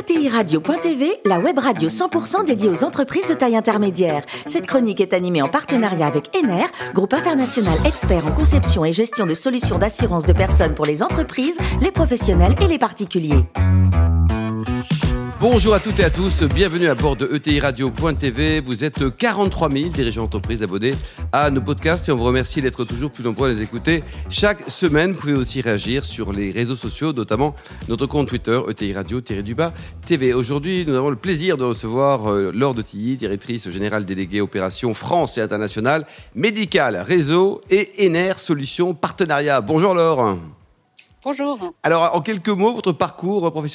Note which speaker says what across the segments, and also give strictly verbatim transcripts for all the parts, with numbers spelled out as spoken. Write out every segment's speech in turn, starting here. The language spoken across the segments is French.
Speaker 1: T I radio point T V, la web radio cent pour cent dédiée aux entreprises de taille intermédiaire. Cette chronique est animée en partenariat avec Ener, groupe international expert en conception et gestion de solutions d'assurance de personnes pour les entreprises, les professionnels et les particuliers.
Speaker 2: Bonjour à toutes et à tous, bienvenue à bord de E T I radio point T V. Vous êtes quarante-trois mille dirigeants d'entreprise abonnés à nos podcasts et on vous remercie d'être toujours plus nombreux à les écouter chaque semaine. Vous pouvez aussi réagir sur les réseaux sociaux, notamment notre compte Twitter, E T I radio-du-bas T V. Aujourd'hui, nous avons le plaisir de recevoir euh, Laure de Tilly, directrice générale déléguée opération France et internationale, médicale, réseau et Ener Solutions Partenariat. Bonjour Laure.
Speaker 3: Bonjour.
Speaker 2: Alors, en quelques mots, votre parcours professionnel ?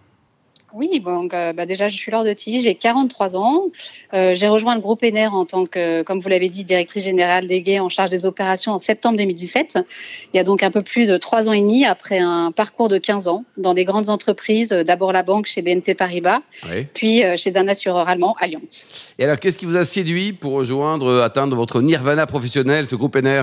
Speaker 3: Oui, donc euh, bah déjà je suis Laure de Tilly, j'ai quarante-trois ans. Euh, j'ai rejoint le groupe Ener en tant que, comme vous l'avez dit, directrice générale déléguée en charge des opérations en septembre deux mille dix-sept. Il y a donc un peu plus de trois ans et demi après un parcours de quinze ans dans des grandes entreprises. D'abord la banque chez B N P Paribas, oui. puis euh, chez un assureur allemand, Allianz.
Speaker 2: Et alors, qu'est-ce qui vous a séduit pour rejoindre, atteindre votre nirvana professionnel, ce groupe Ener ?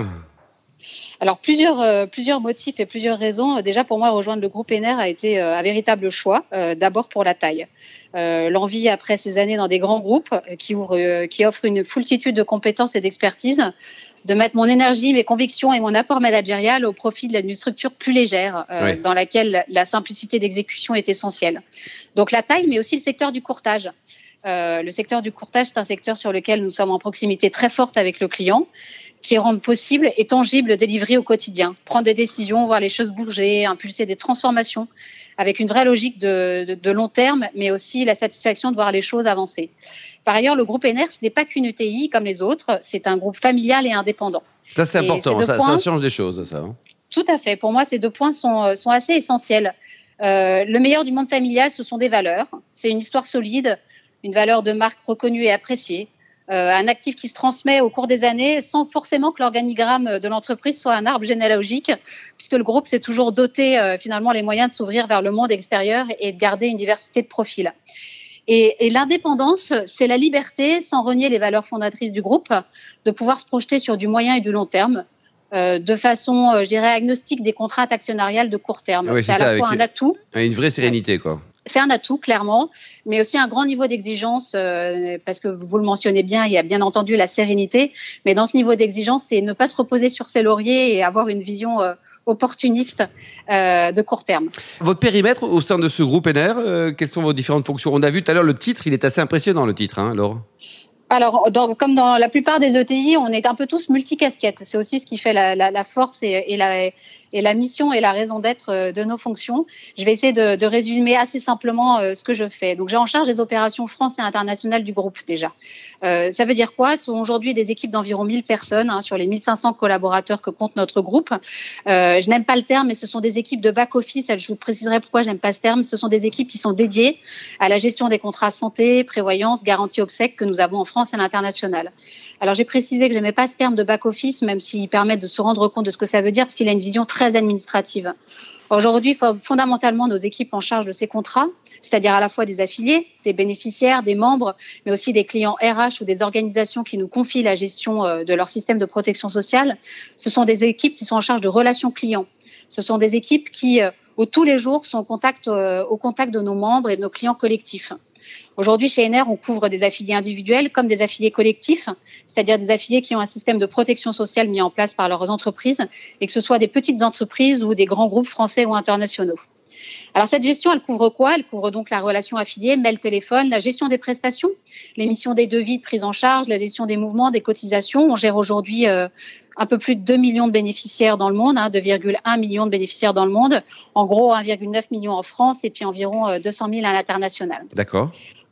Speaker 3: Alors plusieurs euh, plusieurs motifs et plusieurs raisons. Déjà pour moi rejoindre le groupe Ener a été euh, un véritable choix. Euh, d'abord pour la taille, euh, l'envie après ces années dans des grands groupes euh, qui ouvrent euh, qui offrent une foultitude de compétences et d'expertise, de mettre mon énergie, mes convictions et mon apport managérial au profit d'une structure plus légère euh, oui. dans laquelle la simplicité d'exécution est essentielle. Donc la taille, mais aussi le secteur du courtage. Euh, le secteur du courtage, c'est un secteur sur lequel nous sommes en proximité très forte avec le client, qui rendent possible et tangible le delivery au quotidien. Prendre des décisions, voir les choses bouger, impulser des transformations avec une vraie logique de, de, de long terme, mais aussi la satisfaction de voir les choses avancer. Par ailleurs, le groupe Ener, ce n'est pas qu'une E T I comme les autres, c'est un groupe familial et indépendant.
Speaker 2: Ça, c'est et important, ça, points, ça change des choses, ça. Hein.
Speaker 3: Tout à fait. Pour moi, ces deux points sont, sont assez essentiels. Euh, le meilleur du monde familial, ce sont des valeurs. C'est une histoire solide, une valeur de marque reconnue et appréciée. Euh, un actif qui se transmet au cours des années sans forcément que l'organigramme de l'entreprise soit un arbre généalogique, puisque le groupe s'est toujours doté euh, finalement les moyens de s'ouvrir vers le monde extérieur et de garder une diversité de profils. Et, et l'indépendance, c'est la liberté, sans renier les valeurs fondatrices du groupe, de pouvoir se projeter sur du moyen et du long terme, euh, de façon, euh, je dirais, agnostique des contraintes actionnariales de court terme.
Speaker 2: Ah oui, c'est,
Speaker 3: c'est à
Speaker 2: ça,
Speaker 3: la fois un atout.
Speaker 2: Une vraie sérénité, quoi.
Speaker 3: C'est un atout, clairement, mais aussi un grand niveau d'exigence, euh, parce que vous le mentionnez bien, il y a bien entendu la sérénité, mais dans ce niveau d'exigence, c'est ne pas se reposer sur ses lauriers et avoir une vision euh, opportuniste euh, de court terme.
Speaker 2: Votre périmètre au sein de ce groupe Ener, euh, quelles sont vos différentes fonctions ? On a vu tout à l'heure le titre, il est assez impressionnant, le titre, hein, Laure ?
Speaker 3: Alors, dans, comme dans la plupart des E T I, on est un peu tous multicasquettes. C'est aussi ce qui fait la, la, la force et, et, la, et la mission et la raison d'être de nos fonctions. Je vais essayer de, de résumer assez simplement euh, ce que je fais. Donc, j'ai en charge les opérations France et internationales du groupe déjà. Euh, ça veut dire quoi ? Ce sont aujourd'hui des équipes d'environ mille personnes hein, sur les mille cinq cents collaborateurs que compte notre groupe. Euh, je n'aime pas le terme, mais ce sont des équipes de back-office. Je vous préciserai pourquoi je n'aime pas ce terme. Ce sont des équipes qui sont dédiées à la gestion des contrats santé, prévoyance, garantie obsèques que nous avons en France et à l'international. Alors j'ai précisé que je n'aimais pas ce terme de back-office, même s'il permet de se rendre compte de ce que ça veut dire, parce qu'il a une vision très administrative. Aujourd'hui, fondamentalement, nos équipes en charge de ces contrats, c'est-à-dire à la fois des affiliés, des bénéficiaires, des membres, mais aussi des clients R H ou des organisations qui nous confient la gestion de leur système de protection sociale, ce sont des équipes qui sont en charge de relations clients. Ce sont des équipes qui, au tous les jours, sont au contact, au contact de nos membres et de nos clients collectifs. Aujourd'hui, chez Ener, on couvre des affiliés individuels comme des affiliés collectifs, c'est-à-dire des affiliés qui ont un système de protection sociale mis en place par leurs entreprises, et que ce soit des petites entreprises ou des grands groupes français ou internationaux. Alors cette gestion, elle couvre quoi ? Elle couvre donc la relation affiliée, mail, téléphone, la gestion des prestations, l'émission des devis de prise en charge, la gestion des mouvements, des cotisations. On gère aujourd'hui euh, un peu plus de deux millions de bénéficiaires dans le monde, hein, deux virgule un millions de bénéficiaires dans le monde. En gros, un virgule neuf million en France et puis environ euh, deux cent mille à l'international.
Speaker 2: D'accord.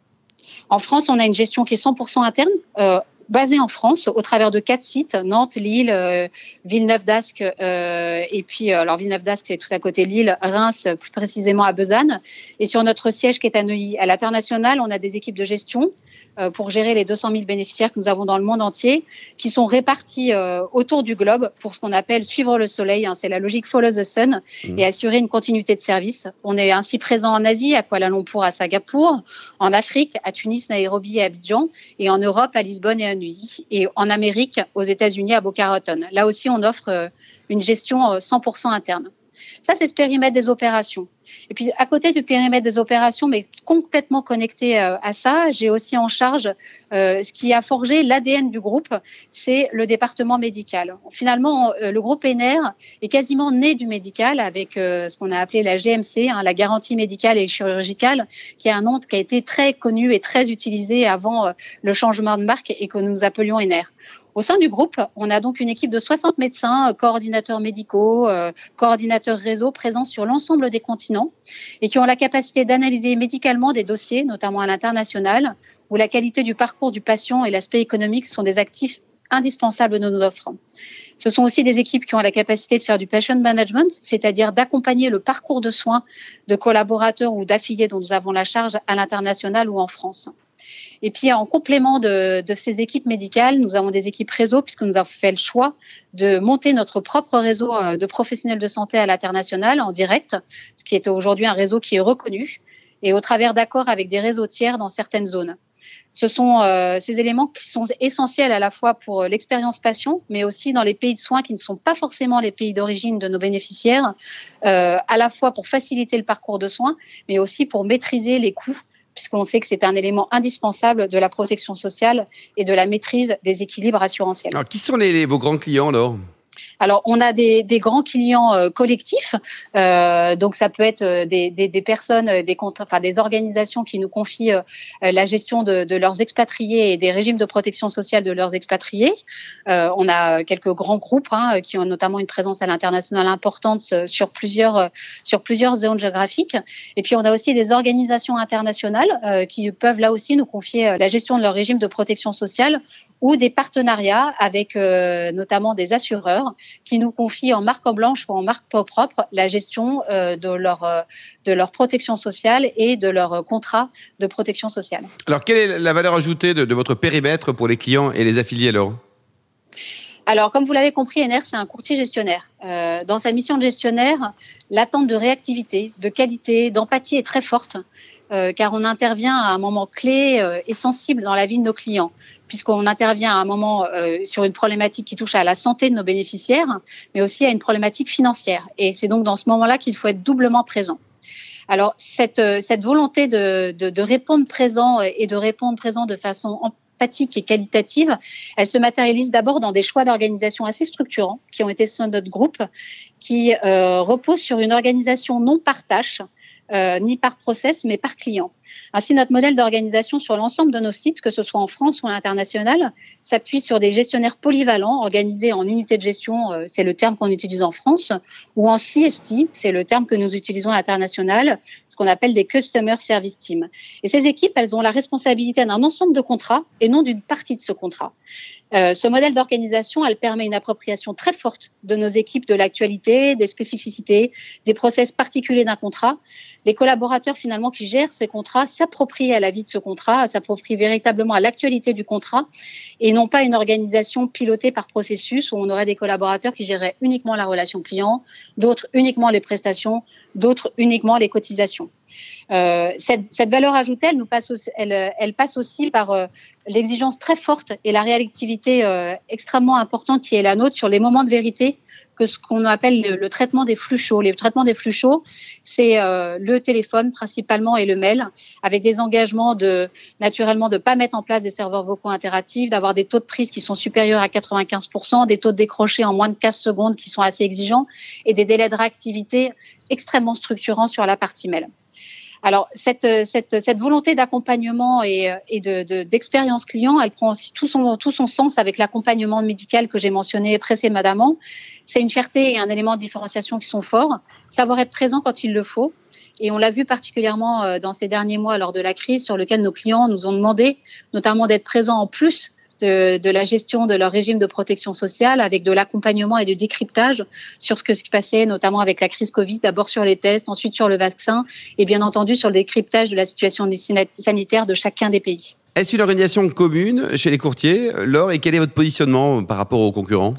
Speaker 3: En France, on a une gestion qui est cent pour cent interne, euh, basée en France, au travers de quatre sites, Nantes, Lille, euh, Villeneuve-d'Ascq, euh, et puis, euh, alors Villeneuve-d'Ascq, c'est tout à côté de Lille, Reims, plus précisément à Besançon. Et sur notre siège qui est à Neuilly. À l'international, on a des équipes de gestion euh, pour gérer les deux cent mille bénéficiaires que nous avons dans le monde entier, qui sont répartis euh, autour du globe pour ce qu'on appelle suivre le soleil, hein, c'est la logique Follow the Sun, mmh. et assurer une continuité de service. On est ainsi présent en Asie, à Kuala Lumpur, à Singapour, en Afrique, à Tunis, Nairobi et Abidjan, et en Europe, à Lisbonne et à Neuilly, et en Amérique, aux États-Unis, à Boca Raton. Là aussi, on offre euh, une gestion euh, cent pour cent interne. Ça, c'est ce périmètre des opérations. Et puis, à côté du périmètre des opérations, mais complètement connecté euh, à ça, j'ai aussi en charge euh, ce qui a forgé l'A D N du groupe, c'est le département médical. Finalement, euh, le groupe Ener est quasiment né du médical avec euh, ce qu'on a appelé la G M C, hein, la garantie médicale et chirurgicale, qui est un nom qui a été très connu et très utilisé avant euh, le changement de marque et que nous appelions Ener. Au sein du groupe, on a donc une équipe de soixante médecins, coordinateurs médicaux, euh, coordinateurs réseau présents sur l'ensemble des continents et qui ont la capacité d'analyser médicalement des dossiers, notamment à l'international, où la qualité du parcours du patient et l'aspect économique sont des actifs indispensables de nos offres. Ce sont aussi des équipes qui ont la capacité de faire du patient management, c'est-à-dire d'accompagner le parcours de soins de collaborateurs ou d'affiliés dont nous avons la charge à l'international ou en France. Et puis, en complément de, de ces équipes médicales, nous avons des équipes réseau puisque nous avons fait le choix de monter notre propre réseau de professionnels de santé à l'international en direct, ce qui est aujourd'hui un réseau qui est reconnu et au travers d'accords avec des réseaux tiers dans certaines zones. Ce sont euh, ces éléments qui sont essentiels à la fois pour l'expérience patient, mais aussi dans les pays de soins qui ne sont pas forcément les pays d'origine de nos bénéficiaires, euh, à la fois pour faciliter le parcours de soins, mais aussi pour maîtriser les coûts, puisqu'on sait que c'est un élément indispensable de la protection sociale et de la maîtrise des équilibres assurantiels.
Speaker 2: Alors, qui sont les, les, vos grands clients alors ?
Speaker 3: Alors, on a des, des grands clients euh, collectifs, euh, donc ça peut être des, des, des personnes, des, enfin, des organisations qui nous confient euh, la gestion de, de leurs expatriés et des régimes de protection sociale de leurs expatriés. Euh, on a quelques grands groupes hein, qui ont notamment une présence à l'international importante sur plusieurs sur plusieurs zones géographiques. Et puis, on a aussi des organisations internationales euh, qui peuvent là aussi nous confier la gestion de leur régime de protection sociale ou des partenariats avec euh, notamment des assureurs qui nous confient en marque blanche ou en marque propre la gestion euh, de leur euh, de leur protection sociale et de leur contrat de protection sociale.
Speaker 2: Alors, quelle est la valeur ajoutée de, de votre périmètre pour les clients et les affiliés alors ?
Speaker 3: Alors, comme vous l'avez compris, Ener, c'est un courtier gestionnaire. Euh, dans sa mission de gestionnaire, l'attente de réactivité, de qualité, d'empathie est très forte. Euh, car on intervient à un moment clé euh, et sensible dans la vie de nos clients, puisqu'on intervient à un moment euh, sur une problématique qui touche à la santé de nos bénéficiaires, mais aussi à une problématique financière. Et c'est donc dans ce moment-là qu'il faut être doublement présent. Alors, cette, cette volonté de, de, de répondre présent et de répondre présent de façon empathique et qualitative, elle se matérialise d'abord dans des choix d'organisation assez structurants qui ont été sur notre groupe, qui euh, reposent sur une organisation non par tâche, Euh, ni par process, mais par client. Ainsi, notre modèle d'organisation sur l'ensemble de nos sites, que ce soit en France ou à l'international, s'appuie sur des gestionnaires polyvalents organisés en unités de gestion, euh, c'est le terme qu'on utilise en France, ou en C S T, c'est le terme que nous utilisons à l'international, ce qu'on appelle des Customer Service Teams. Et ces équipes, elles ont la responsabilité d'un ensemble de contrats et non d'une partie de ce contrat. Euh, ce modèle d'organisation, elle permet une appropriation très forte de nos équipes de l'actualité, des spécificités, des process particuliers d'un contrat. Les collaborateurs finalement qui gèrent ces contrats s'approprient à la vie de ce contrat, s'approprient véritablement à l'actualité du contrat et non pas une organisation pilotée par processus où on aurait des collaborateurs qui géreraient uniquement la relation client, d'autres uniquement les prestations, d'autres uniquement les cotisations. Euh, cette, cette valeur ajoutée, elle nous passe aussi, elle, elle passe aussi par euh, l'exigence très forte et la réactivité euh, extrêmement importante qui est la nôtre sur les moments de vérité, que ce qu'on appelle le, le traitement des flux chauds. Le traitement des flux chauds, c'est euh, le téléphone principalement et le mail, avec des engagements de naturellement de pas mettre en place des serveurs vocaux interactifs, d'avoir des taux de prise qui sont supérieurs à quatre-vingt-quinze pour cent, des taux de décroché en moins de quinze secondes qui sont assez exigeants et des délais de réactivité extrêmement structurants sur la partie mail. Alors, cette, cette, cette volonté d'accompagnement et, et de, de, d'expérience client, elle prend aussi tout son, tout son sens avec l'accompagnement médical que j'ai mentionné précédemment. C'est une fierté et un élément de différenciation qui sont forts. Savoir être présent quand il le faut. Et on l'a vu particulièrement dans ces derniers mois lors de la crise, sur lequel nos clients nous ont demandé notamment d'être présents en plus De, de la gestion de leur régime de protection sociale, avec de l'accompagnement et du décryptage sur ce que se passait, notamment avec la crise Covid, d'abord sur les tests, ensuite sur le vaccin, et bien entendu sur le décryptage de la situation sanitaire de chacun des pays.
Speaker 2: Est-ce une organisation commune chez les courtiers, Laure, et quel est votre positionnement par rapport aux concurrents ?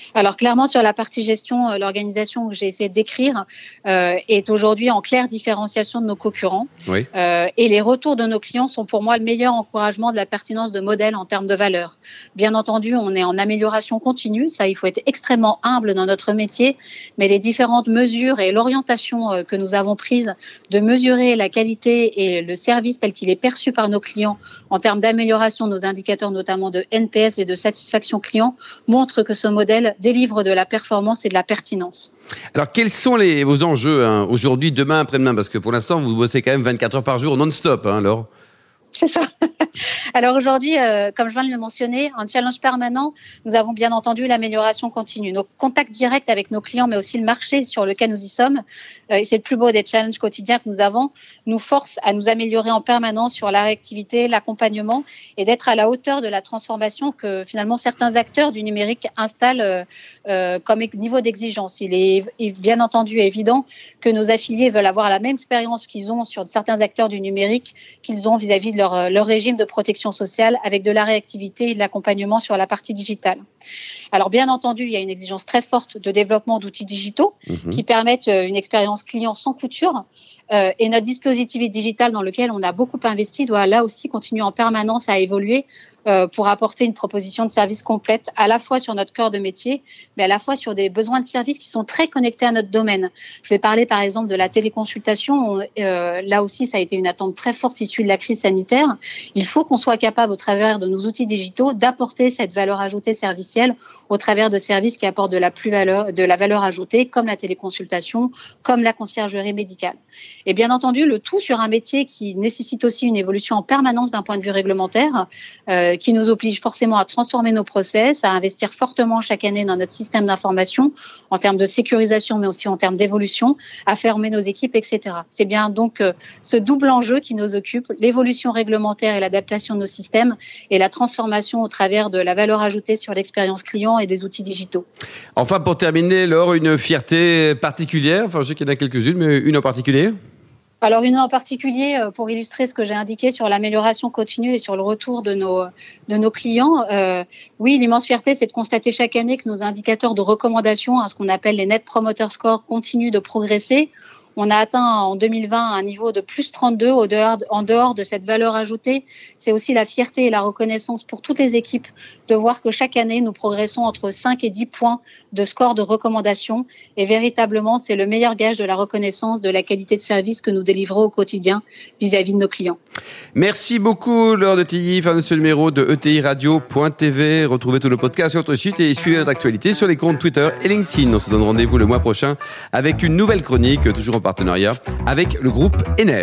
Speaker 3: Alors clairement sur la partie gestion, euh, l'organisation que j'ai essayé de décrire euh, est aujourd'hui en claire différenciation de nos concurrents.
Speaker 2: Oui.
Speaker 3: Euh, et les retours de nos clients sont pour moi le meilleur encouragement de la pertinence de modèle en termes de valeur. Bien entendu, on est en amélioration continue, ça il faut être extrêmement humble dans notre métier, mais les différentes mesures et l'orientation euh, que nous avons prise de mesurer la qualité et le service tel qu'il est perçu par nos clients en termes d'amélioration de nos indicateurs, notamment de N P S et de satisfaction client, montrent que ce modèle délivre de la performance et de la pertinence.
Speaker 2: Alors, quels sont les, vos enjeux hein, aujourd'hui, demain, après-demain? Parce que pour l'instant, vous bossez quand même vingt-quatre heures par jour non-stop, hein, Laure.
Speaker 3: C'est ça. Alors aujourd'hui, euh, comme je viens de le mentionner, un challenge permanent, nous avons bien entendu l'amélioration continue. Nos contacts directs avec nos clients, mais aussi le marché sur lequel nous y sommes, euh, et c'est le plus beau des challenges quotidiens que nous avons, nous force à nous améliorer en permanence sur la réactivité, l'accompagnement et d'être à la hauteur de la transformation que finalement certains acteurs du numérique installent euh, euh, comme niveau d'exigence. Il est, est bien entendu évident que nos affiliés veulent avoir la même expérience qu'ils ont sur certains acteurs du numérique qu'ils ont vis-à-vis de leur, leur régime de protection sociale avec de la réactivité et de l'accompagnement sur la partie digitale. Alors bien entendu, il y a une exigence très forte de développement d'outils digitaux mmh. qui permettent une expérience client sans couture. Euh, et notre dispositif digital dans lequel on a beaucoup investi doit là aussi continuer en permanence à évoluer euh, pour apporter une proposition de service complète à la fois sur notre cœur de métier, mais à la fois sur des besoins de services qui sont très connectés à notre domaine. Je vais parler par exemple de la téléconsultation. Euh, là aussi, ça a été une attente très forte issue de la crise sanitaire. Il faut qu'on soit capable, au travers de nos outils digitaux, d'apporter cette valeur ajoutée servicielle au travers de services qui apportent de la plus-valeur, de la valeur ajoutée, comme la téléconsultation, comme la conciergerie médicale. Et bien entendu, le tout sur un métier qui nécessite aussi une évolution en permanence d'un point de vue réglementaire, euh, qui nous oblige forcément à transformer nos process, à investir fortement chaque année dans notre système d'information, en termes de sécurisation, mais aussi en termes d'évolution, à former nos équipes, et cetera. C'est bien donc euh, ce double enjeu qui nous occupe, l'évolution réglementaire et l'adaptation de nos systèmes, et la transformation au travers de la valeur ajoutée sur l'expérience client et des outils digitaux.
Speaker 2: Enfin, pour terminer, Laure, une fierté particulière, enfin je sais qu'il y en a quelques-unes, mais une en particulier?
Speaker 3: Alors une en particulier pour illustrer ce que j'ai indiqué sur l'amélioration continue et sur le retour de nos de nos clients. Euh, oui, l'immense fierté, c'est de constater chaque année que nos indicateurs de recommandation, hein, ce qu'on appelle les Net Promoter Score, continuent de progresser. On a atteint en deux mille vingt un niveau de plus trente-deux au dehors, en dehors de cette valeur ajoutée. C'est aussi la fierté et la reconnaissance pour toutes les équipes de voir que chaque année, nous progressons entre cinq et dix points de score de recommandation. Et véritablement, c'est le meilleur gage de la reconnaissance de la qualité de service que nous délivrons au quotidien vis-à-vis de nos clients.
Speaker 2: Merci beaucoup, Laure de Tilly. Fin de ce numéro de E T I radio point T V. Retrouvez tous nos podcasts sur notre site et suivez notre actualité sur les comptes Twitter et LinkedIn. On se donne rendez-vous le mois prochain avec une nouvelle chronique, toujours en partenariat avec le groupe Ener.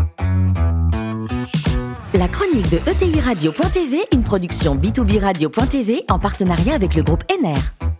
Speaker 1: La chronique de E T I radio point T V, une production B deux B radio point T V en partenariat avec le groupe Ener.